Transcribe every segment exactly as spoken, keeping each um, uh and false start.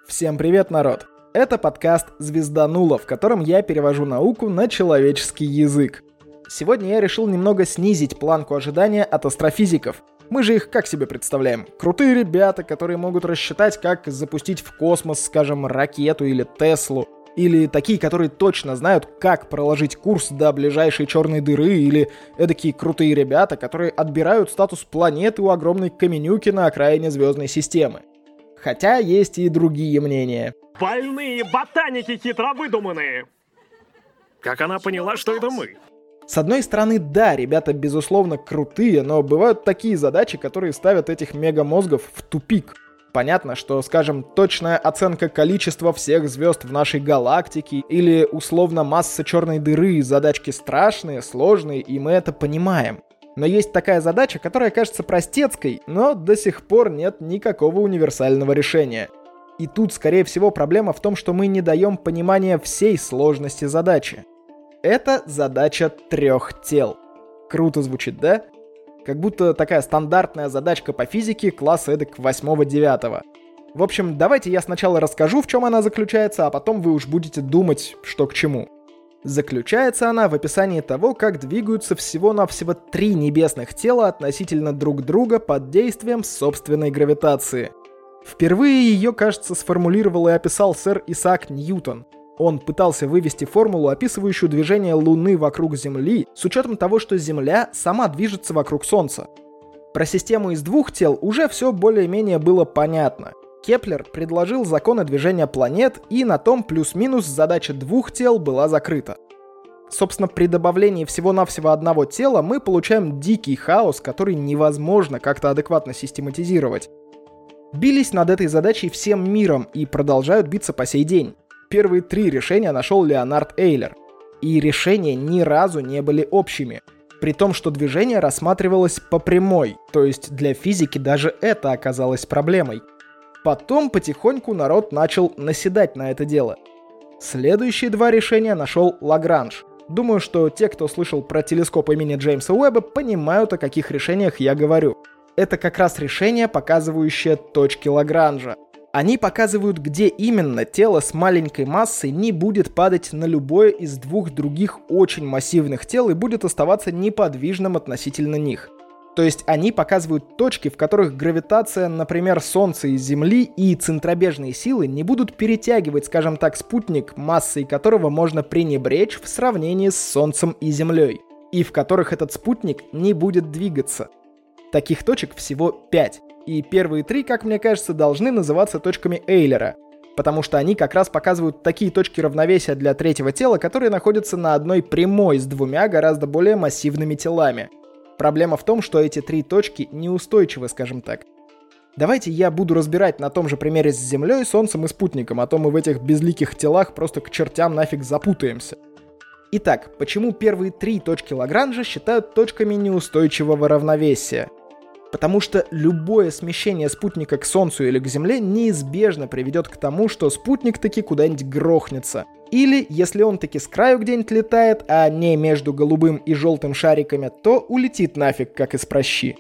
Всем привет, народ! Это подкаст «Звездануло», в котором я перевожу науку на человеческий язык. Сегодня я решил немного снизить планку ожидания от астрофизиков. Мы же их как себе представляем? Крутые ребята, которые могут рассчитать, как запустить в космос, скажем, ракету или Теслу. Или такие, которые точно знают, как проложить курс до ближайшей черной дыры. Или эдакие крутые ребята, которые отбирают статус планеты у огромной каменюки на окраине звездной системы. Хотя есть и другие мнения. Больные ботаники хитро выдуманные. Как она поняла, что это мы? С одной стороны, да, ребята безусловно крутые, но бывают такие задачи, которые ставят этих мегамозгов в тупик. Понятно, что, скажем, точная оценка количества всех звезд в нашей галактике или условно масса черной дыры задачки страшные, сложные, и мы это понимаем. Но есть такая задача, которая кажется простецкой, но до сих пор нет никакого универсального решения. И тут, скорее всего, проблема в том, что мы не даем понимания всей сложности задачи. Это задача трех тел. Круто звучит, да? Как будто такая стандартная задачка по физике класса эдак восьмого-девятого. В общем, давайте я сначала расскажу, в чем она заключается, а потом вы уж будете думать, что к чему. Заключается она в описании того, как двигаются всего-навсего три небесных тела относительно друг друга под действием собственной гравитации. Впервые ее, кажется, сформулировал и описал сэр Исаак Ньютон. Он пытался вывести формулу, описывающую движение Луны вокруг Земли, с учетом того, что Земля сама движется вокруг Солнца. Про систему из двух тел уже все более-менее было понятно. Кеплер предложил законы движения планет, и на том плюс-минус задача двух тел была закрыта. Собственно, при добавлении всего-навсего одного тела мы получаем дикий хаос, который невозможно как-то адекватно систематизировать. Бились над этой задачей всем миром и продолжают биться по сей день. Первые три решения нашел Леонард Эйлер. И решения ни разу не были общими. При том, что движение рассматривалось по прямой, то есть для физики даже это оказалось проблемой. Потом потихоньку народ начал наседать на это дело. Следующие два решения нашел Лагранж. Думаю, что те, кто слышал про телескоп имени Джеймса Уэбба, понимают, о каких решениях я говорю. Это как раз решения, показывающие точки Лагранжа. Они показывают, где именно тело с маленькой массой не будет падать на любое из двух других очень массивных тел и будет оставаться неподвижным относительно них. То есть они показывают точки, в которых гравитация, например, Солнца и Земли и центробежные силы не будут перетягивать, скажем так, спутник, массой которого можно пренебречь в сравнении с Солнцем и Землей, и в которых этот спутник не будет двигаться. Таких точек всего пять, и первые три, как мне кажется, должны называться точками Эйлера, потому что они как раз показывают такие точки равновесия для третьего тела, которые находятся на одной прямой с двумя гораздо более массивными телами. Проблема в том, что эти три точки неустойчивы, скажем так. Давайте я буду разбирать на том же примере с Землей, Солнцем и спутником, а то мы в этих безликих телах просто к чертям нафиг запутаемся. Итак, почему первые три точки Лагранжа считают точками неустойчивого равновесия? Потому что любое смещение спутника к Солнцу или к Земле неизбежно приведет к тому, что спутник таки куда-нибудь грохнется. Или, если он таки с краю где-нибудь летает, а не между голубым и желтым шариками, то улетит нафиг, как из пращи.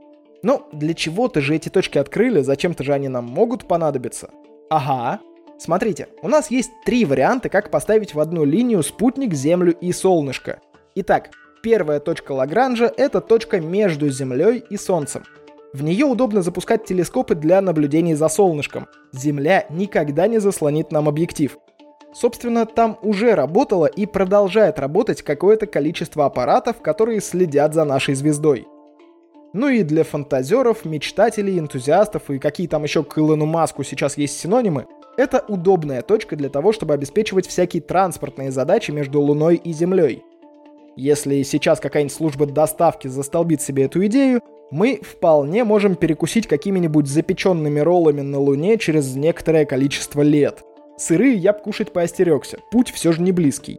Но для чего-то же эти точки открыли, зачем-то же они нам могут понадобиться. Ага. Смотрите, у нас есть три варианта, как поставить в одну линию спутник, Землю и солнышко. Итак, первая точка Лагранжа — это точка между Землей и Солнцем. В нее удобно запускать телескопы для наблюдений за солнышком. Земля никогда не заслонит нам объектив. Собственно, там уже работало и продолжает работать какое-то количество аппаратов, которые следят за нашей звездой. Ну и для фантазеров, мечтателей, энтузиастов и какие там еще к Илону Маску сейчас есть синонимы, это удобная точка для того, чтобы обеспечивать всякие транспортные задачи между Луной и Землей. Если сейчас какая-нибудь служба доставки застолбит себе эту идею, мы вполне можем перекусить какими-нибудь запеченными роллами на Луне через некоторое количество лет. Сырые я б кушать поостерегся, путь все же не близкий.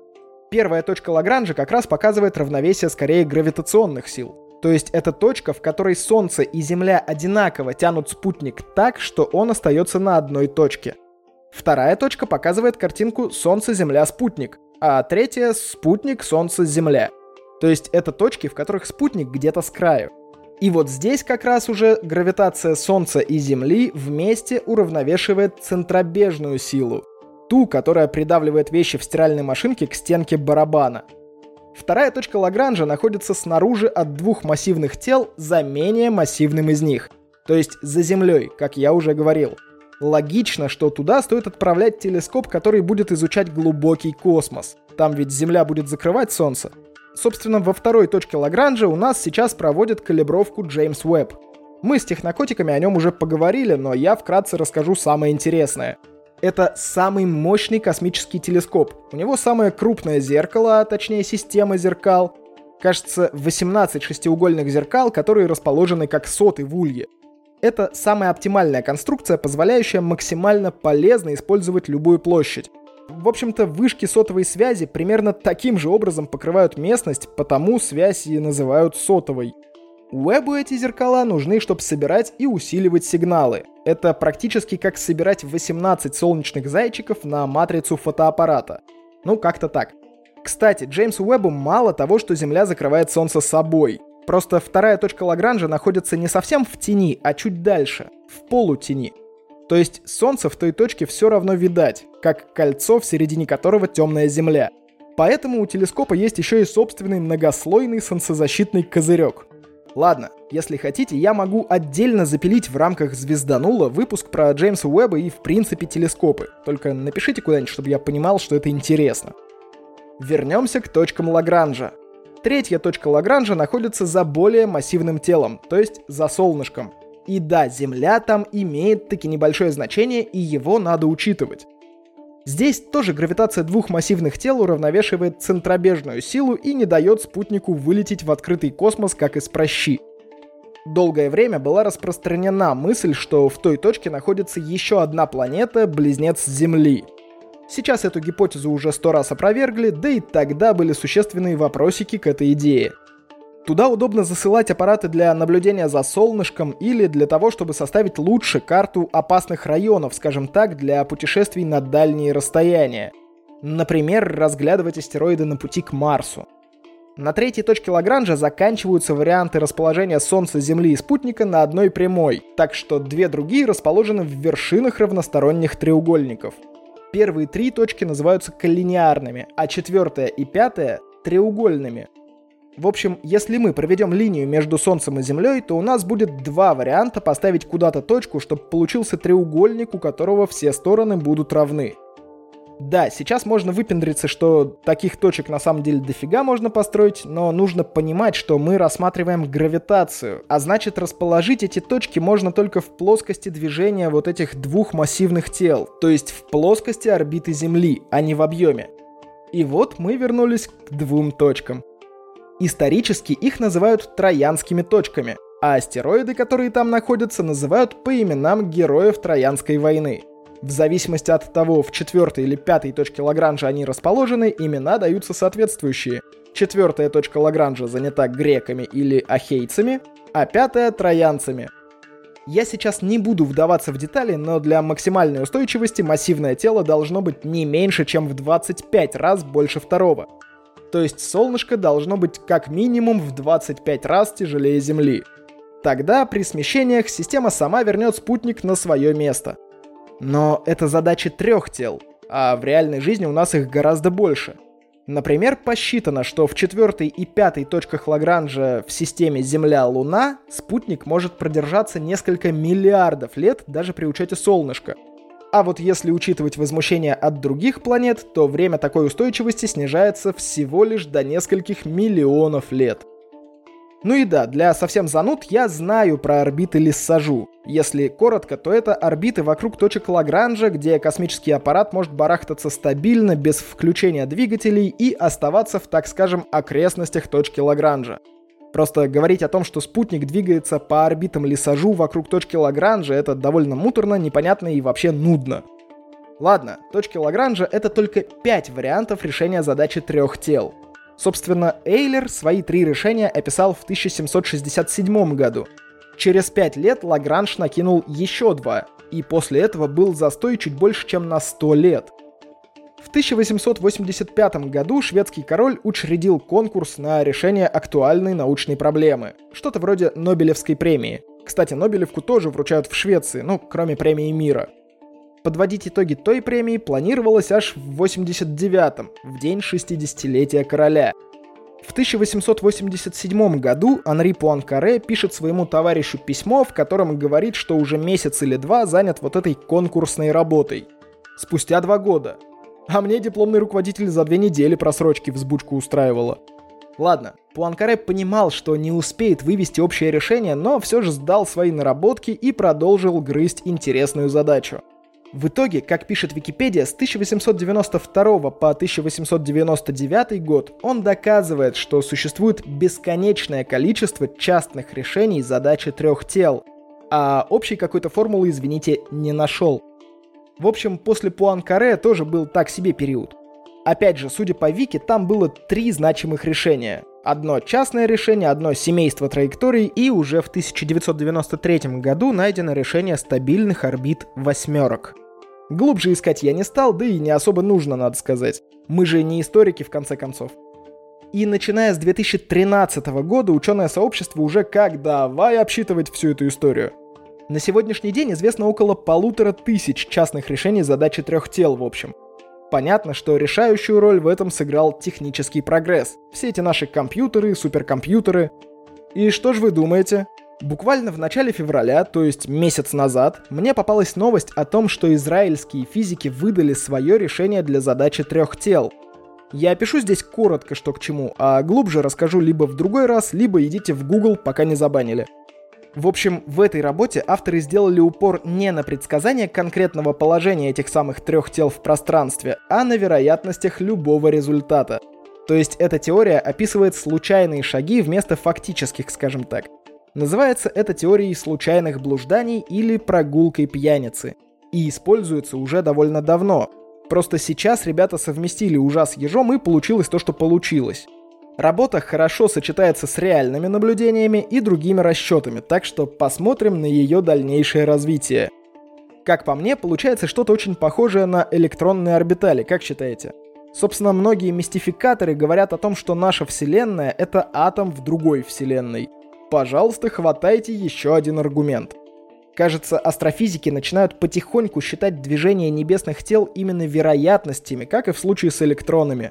Первая точка Лагранжа как раз показывает равновесие скорее гравитационных сил. То есть это точка, в которой Солнце и Земля одинаково тянут спутник так, что он остается на одной точке. Вторая точка показывает картинку Солнце-Земля-спутник, а третья — спутник, Солнце, Земля. То есть это точки, в которых спутник где-то с краю. И вот здесь как раз уже гравитация Солнца и Земли вместе уравновешивает центробежную силу, ту, которая придавливает вещи в стиральной машинке к стенке барабана. Вторая точка Лагранжа находится снаружи от двух массивных тел за менее массивным из них, то есть за Землей, как я уже говорил. Логично, что туда стоит отправлять телескоп, который будет изучать глубокий космос. Там ведь Земля будет закрывать Солнце. Собственно, во второй точке Лагранжа у нас сейчас проводят калибровку Джеймс Уэбб. Мы с технокотиками о нем уже поговорили, но я вкратце расскажу самое интересное. Это самый мощный космический телескоп. У него самое крупное зеркало, а точнее система зеркал. Кажется, восемнадцать шестиугольных зеркал, которые расположены как соты в улье. Это самая оптимальная конструкция, позволяющая максимально полезно использовать любую площадь. В общем-то, вышки сотовой связи примерно таким же образом покрывают местность, потому связь и называют сотовой. Уэббу эти зеркала нужны, чтобы собирать и усиливать сигналы. Это практически как собирать восемнадцать солнечных зайчиков на матрицу фотоаппарата. Ну, как-то так. Кстати, Джеймсу Уэббу мало того, что Земля закрывает Солнце собой. Просто вторая точка Лагранжа находится не совсем в тени, а чуть дальше, в полутени. То есть Солнце в той точке все равно видать, как кольцо, в середине которого темная Земля. Поэтому у телескопа есть еще и собственный многослойный солнцезащитный козырек. Ладно, если хотите, я могу отдельно запилить в рамках «Звезданула» выпуск про Джеймса Уэбба и в принципе телескопы. Только напишите куда-нибудь, чтобы я понимал, что это интересно. Вернемся к точкам Лагранжа. Третья точка Лагранжа находится за более массивным телом, то есть за солнышком. И да, Земля там имеет таки небольшое значение, и его надо учитывать. Здесь тоже гравитация двух массивных тел уравновешивает центробежную силу и не дает спутнику вылететь в открытый космос, как из пращи. Долгое время была распространена мысль, что в той точке находится еще одна планета, близнец Земли. Сейчас эту гипотезу уже сто раз опровергли, да и тогда были существенные вопросики к этой идее. Туда удобно засылать аппараты для наблюдения за солнышком или для того, чтобы составить лучше карту опасных районов, скажем так, для путешествий на дальние расстояния. Например, разглядывать астероиды на пути к Марсу. На третьей точке Лагранжа заканчиваются варианты расположения Солнца, Земли и спутника на одной прямой, так что две другие расположены в вершинах равносторонних треугольников. Первые три точки называются коллинеарными, а четвертая и пятая — треугольными. В общем, если мы проведем линию между Солнцем и Землей, то у нас будет два варианта поставить куда-то точку, чтобы получился треугольник, у которого все стороны будут равны. Да, сейчас можно выпендриться, что таких точек на самом деле дофига можно построить, но нужно понимать, что мы рассматриваем гравитацию, а значит расположить эти точки можно только в плоскости движения вот этих двух массивных тел, то есть в плоскости орбиты Земли, а не в объеме. И вот мы вернулись к двум точкам. Исторически их называют троянскими точками, а астероиды, которые там находятся, называют по именам героев Троянской войны. В зависимости от того, в четвертой или пятой точке Лагранжа они расположены, имена даются соответствующие. Четвертая точка Лагранжа занята греками или ахейцами, а пятая — троянцами. Я сейчас не буду вдаваться в детали, но для максимальной устойчивости массивное тело должно быть не меньше, чем в двадцать пять раз больше второго. То есть солнышко должно быть как минимум в двадцать пять раз тяжелее Земли. Тогда при смещениях система сама вернет спутник на свое место. Но это задача трех тел, а в реальной жизни у нас их гораздо больше. Например, посчитано, что в четвертой и пятой точках Лагранжа в системе Земля-Луна спутник может продержаться несколько миллиардов лет даже при учете солнышка. А вот если учитывать возмущение от других планет, то время такой устойчивости снижается всего лишь до нескольких миллионов лет. Ну и да, для совсем зануд я знаю про орбиты Лиссажу. Если коротко, то это орбиты вокруг точек Лагранжа, где космический аппарат может барахтаться стабильно, без включения двигателей и оставаться в, так скажем, окрестностях точки Лагранжа. Просто говорить о том, что спутник двигается по орбитам Лиссажу вокруг точки Лагранжа, это довольно муторно, непонятно и вообще нудно. Ладно, точки Лагранжа — это только пять вариантов решения задачи трех тел. Собственно, Эйлер свои три решения описал в тысяча семьсот шестьдесят седьмом году. Через пять лет Лагранж накинул еще два, и после этого был застой чуть больше, чем на сто лет. В тысяча восемьсот восемьдесят пятом году шведский король учредил конкурс на решение актуальной научной проблемы. Что-то вроде Нобелевской премии. Кстати, Нобелевку тоже вручают в Швеции, ну, кроме премии мира. Подводить итоги той премии планировалось аж в восемьдесят девятом, в день шестидесятилетия короля. В тысяча восемьсот восемьдесят седьмом году Анри Пуанкаре пишет своему товарищу письмо, в котором говорит, что уже месяц или два занят вот этой конкурсной работой. Спустя два года. А мне дипломный руководитель за две недели просрочки взбучку устраивала. Ладно, Пуанкаре понимал, что не успеет вывести общее решение, но все же сдал свои наработки и продолжил грызть интересную задачу. В итоге, как пишет Википедия, с тысяча восемьсот девяносто второго по тысяча восемьсот девяносто девятый год он доказывает, что существует бесконечное количество частных решений задачи трех тел, а общей какой-то формулы, извините, не нашел. В общем, после Пуанкаре тоже был так себе период. Опять же, судя по Вики, там было три значимых решения. Одно частное решение, одно семейство траекторий, и уже в тысяча девятьсот девяносто третьем году найдено решение стабильных орбит восьмерок. Глубже искать я не стал, да и не особо нужно, надо сказать. Мы же не историки, в конце концов. И начиная с две тысячи тринадцатого года ученое сообщество уже как давай обсчитывать всю эту историю. На сегодняшний день известно около полутора тысяч частных решений задачи трех тел в общем. Понятно, что решающую роль в этом сыграл технический прогресс. Все эти наши компьютеры, суперкомпьютеры. И что же вы думаете? Буквально в начале февраля, то есть месяц назад, мне попалась новость о том, что израильские физики выдали свое решение для задачи трех тел. Я опишу здесь коротко, что к чему, а глубже расскажу либо в другой раз, либо идите в Google, пока не забанили. В общем, в этой работе авторы сделали упор не на предсказание конкретного положения этих самых трех тел в пространстве, а на вероятностях любого результата. То есть эта теория описывает случайные шаги вместо фактических, скажем так. Называется это теорией случайных блужданий или прогулкой пьяницы. И используется уже довольно давно. Просто сейчас ребята совместили ужас с ежом, и получилось то, что получилось. Работа хорошо сочетается с реальными наблюдениями и другими расчетами, так что посмотрим на ее дальнейшее развитие. Как по мне, получается что-то очень похожее на электронные орбитали, как считаете? Собственно, многие мистификаторы говорят о том, что наша Вселенная — это атом в другой Вселенной. Пожалуйста, хватайте еще один аргумент. Кажется, астрофизики начинают потихоньку считать движение небесных тел именно вероятностями, как и в случае с электронами.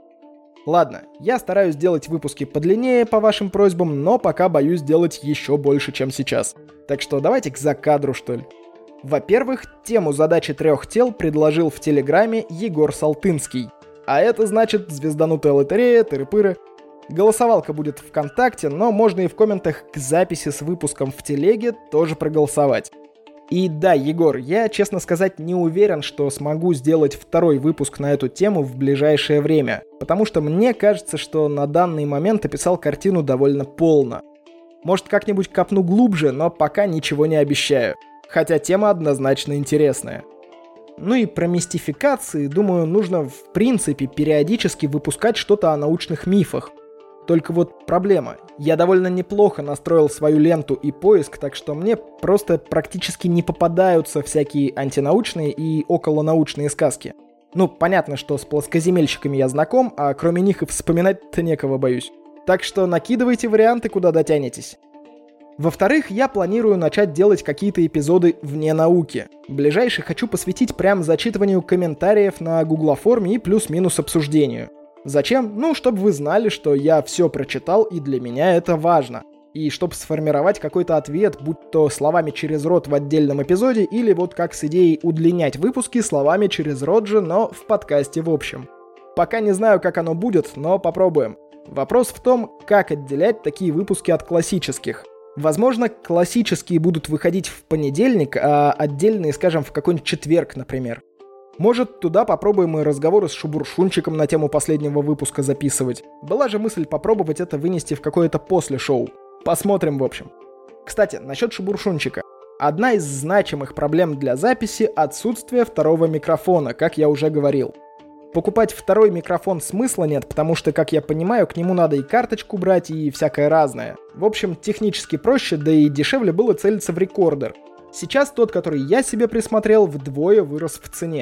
Ладно, я стараюсь делать выпуски подлиннее по вашим просьбам, но пока боюсь делать еще больше, чем сейчас. Так что давайте к закадру, что ли. Во-первых, тему задачи трех тел предложил в Телеграме Егор Салтынский. А это значит звезданутая лотерея, тыры-пыры. Голосовалка будет ВКонтакте, но можно и в комментах к записи с выпуском в Телеге тоже проголосовать. И да, Егор, я, честно сказать, не уверен, что смогу сделать второй выпуск на эту тему в ближайшее время, потому что мне кажется, что на данный момент описал картину довольно полно. Может, как-нибудь копну глубже, но пока ничего не обещаю, хотя тема однозначно интересная. Ну и про мистификации, думаю, нужно в принципе периодически выпускать что-то о научных мифах. Только вот проблема. Я довольно неплохо настроил свою ленту и поиск, так что мне просто практически не попадаются всякие антинаучные и околонаучные сказки. Ну, понятно, что с плоскоземельщиками я знаком, а кроме них и вспоминать-то некого боюсь. Так что накидывайте варианты, куда дотянетесь. Во-вторых, я планирую начать делать какие-то эпизоды вне науки. Ближайший хочу посвятить прям зачитыванию комментариев на гуглоформе и плюс-минус обсуждению. Зачем? Ну, чтобы вы знали, что я все прочитал, и для меня это важно. И чтобы сформировать какой-то ответ, будь то словами через рот в отдельном эпизоде, или вот как с идеей удлинять выпуски словами через рот же, но в подкасте в общем. Пока не знаю, как оно будет, но попробуем. Вопрос в том, как отделять такие выпуски от классических. Возможно, классические будут выходить в понедельник, а отдельные, скажем, в какой-нибудь четверг, например. Может, туда попробуем и разговоры с Шубуршунчиком на тему последнего выпуска записывать. Была же мысль попробовать это вынести в какое-то после шоу. Посмотрим, в общем. Кстати, насчет Шубуршунчика. Одна из значимых проблем для записи — отсутствие второго микрофона, как я уже говорил. Покупать второй микрофон смысла нет, потому что, как я понимаю, к нему надо и карточку брать, и всякое разное. В общем, технически проще, да и дешевле было целиться в рекордер. Сейчас тот, который я себе присмотрел, вдвое вырос в цене.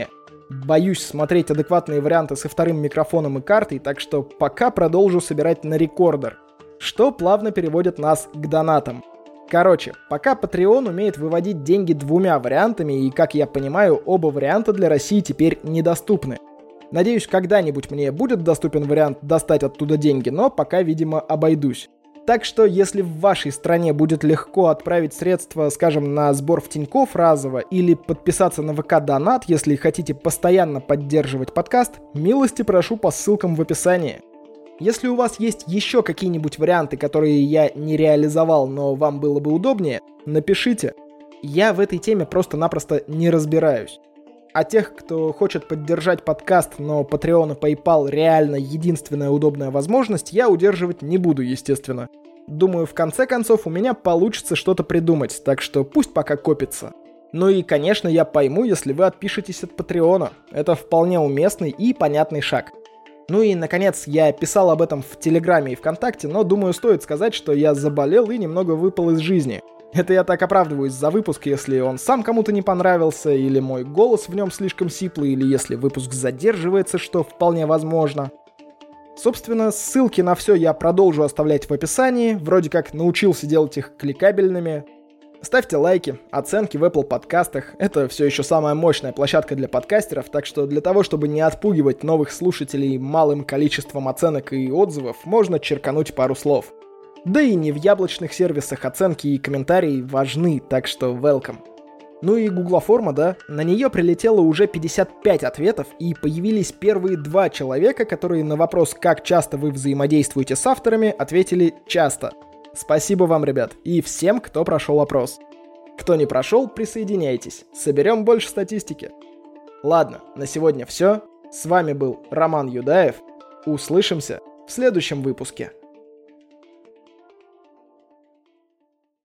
Боюсь смотреть адекватные варианты со вторым микрофоном и картой, так что пока продолжу собирать на рекордер, что плавно переводит нас к донатам. Короче, пока Patreon умеет выводить деньги двумя вариантами, и, как я понимаю, оба варианта для России теперь недоступны. Надеюсь, когда-нибудь мне будет доступен вариант достать оттуда деньги, но пока, видимо, обойдусь. Так что, если в вашей стране будет легко отправить средства, скажем, на сбор в Тинькофф разово, или подписаться на вэ ка-донат, если хотите постоянно поддерживать подкаст, милости прошу по ссылкам в описании. Если у вас есть еще какие-нибудь варианты, которые я не реализовал, но вам было бы удобнее, напишите. Я в этой теме просто-напросто не разбираюсь. А тех, кто хочет поддержать подкаст, но Patreon и PayPal реально единственная удобная возможность, я удерживать не буду, естественно. Думаю, в конце концов у меня получится что-то придумать, так что пусть пока копится. Ну и, конечно, я пойму, если вы отпишетесь от Patreon. Это вполне уместный и понятный шаг. Ну и, наконец, я писал об этом в Телеграме и ВКонтакте, но думаю, стоит сказать, что я заболел и немного выпал из жизни. Это я так оправдываюсь за выпуск, если он сам кому-то не понравился, или мой голос в нем слишком сиплый, или если выпуск задерживается, что вполне возможно. Собственно, ссылки на все я продолжу оставлять в описании, вроде как научился делать их кликабельными. Ставьте лайки, оценки в Apple подкастах, это все еще самая мощная площадка для подкастеров, так что для того, чтобы не отпугивать новых слушателей малым количеством оценок и отзывов, можно черкануть пару слов. Да и не в яблочных сервисах оценки и комментарии важны, так что welcome. Ну и гуглоформа, да, на нее прилетело уже пятьдесят пять ответов, и появились первые два человека, которые на вопрос, как часто вы взаимодействуете с авторами, ответили «часто». Спасибо вам, ребят, и всем, кто прошел опрос. Кто не прошел, присоединяйтесь, соберем больше статистики. Ладно, на сегодня все. С вами был Роман Юдаев. Услышимся в следующем выпуске.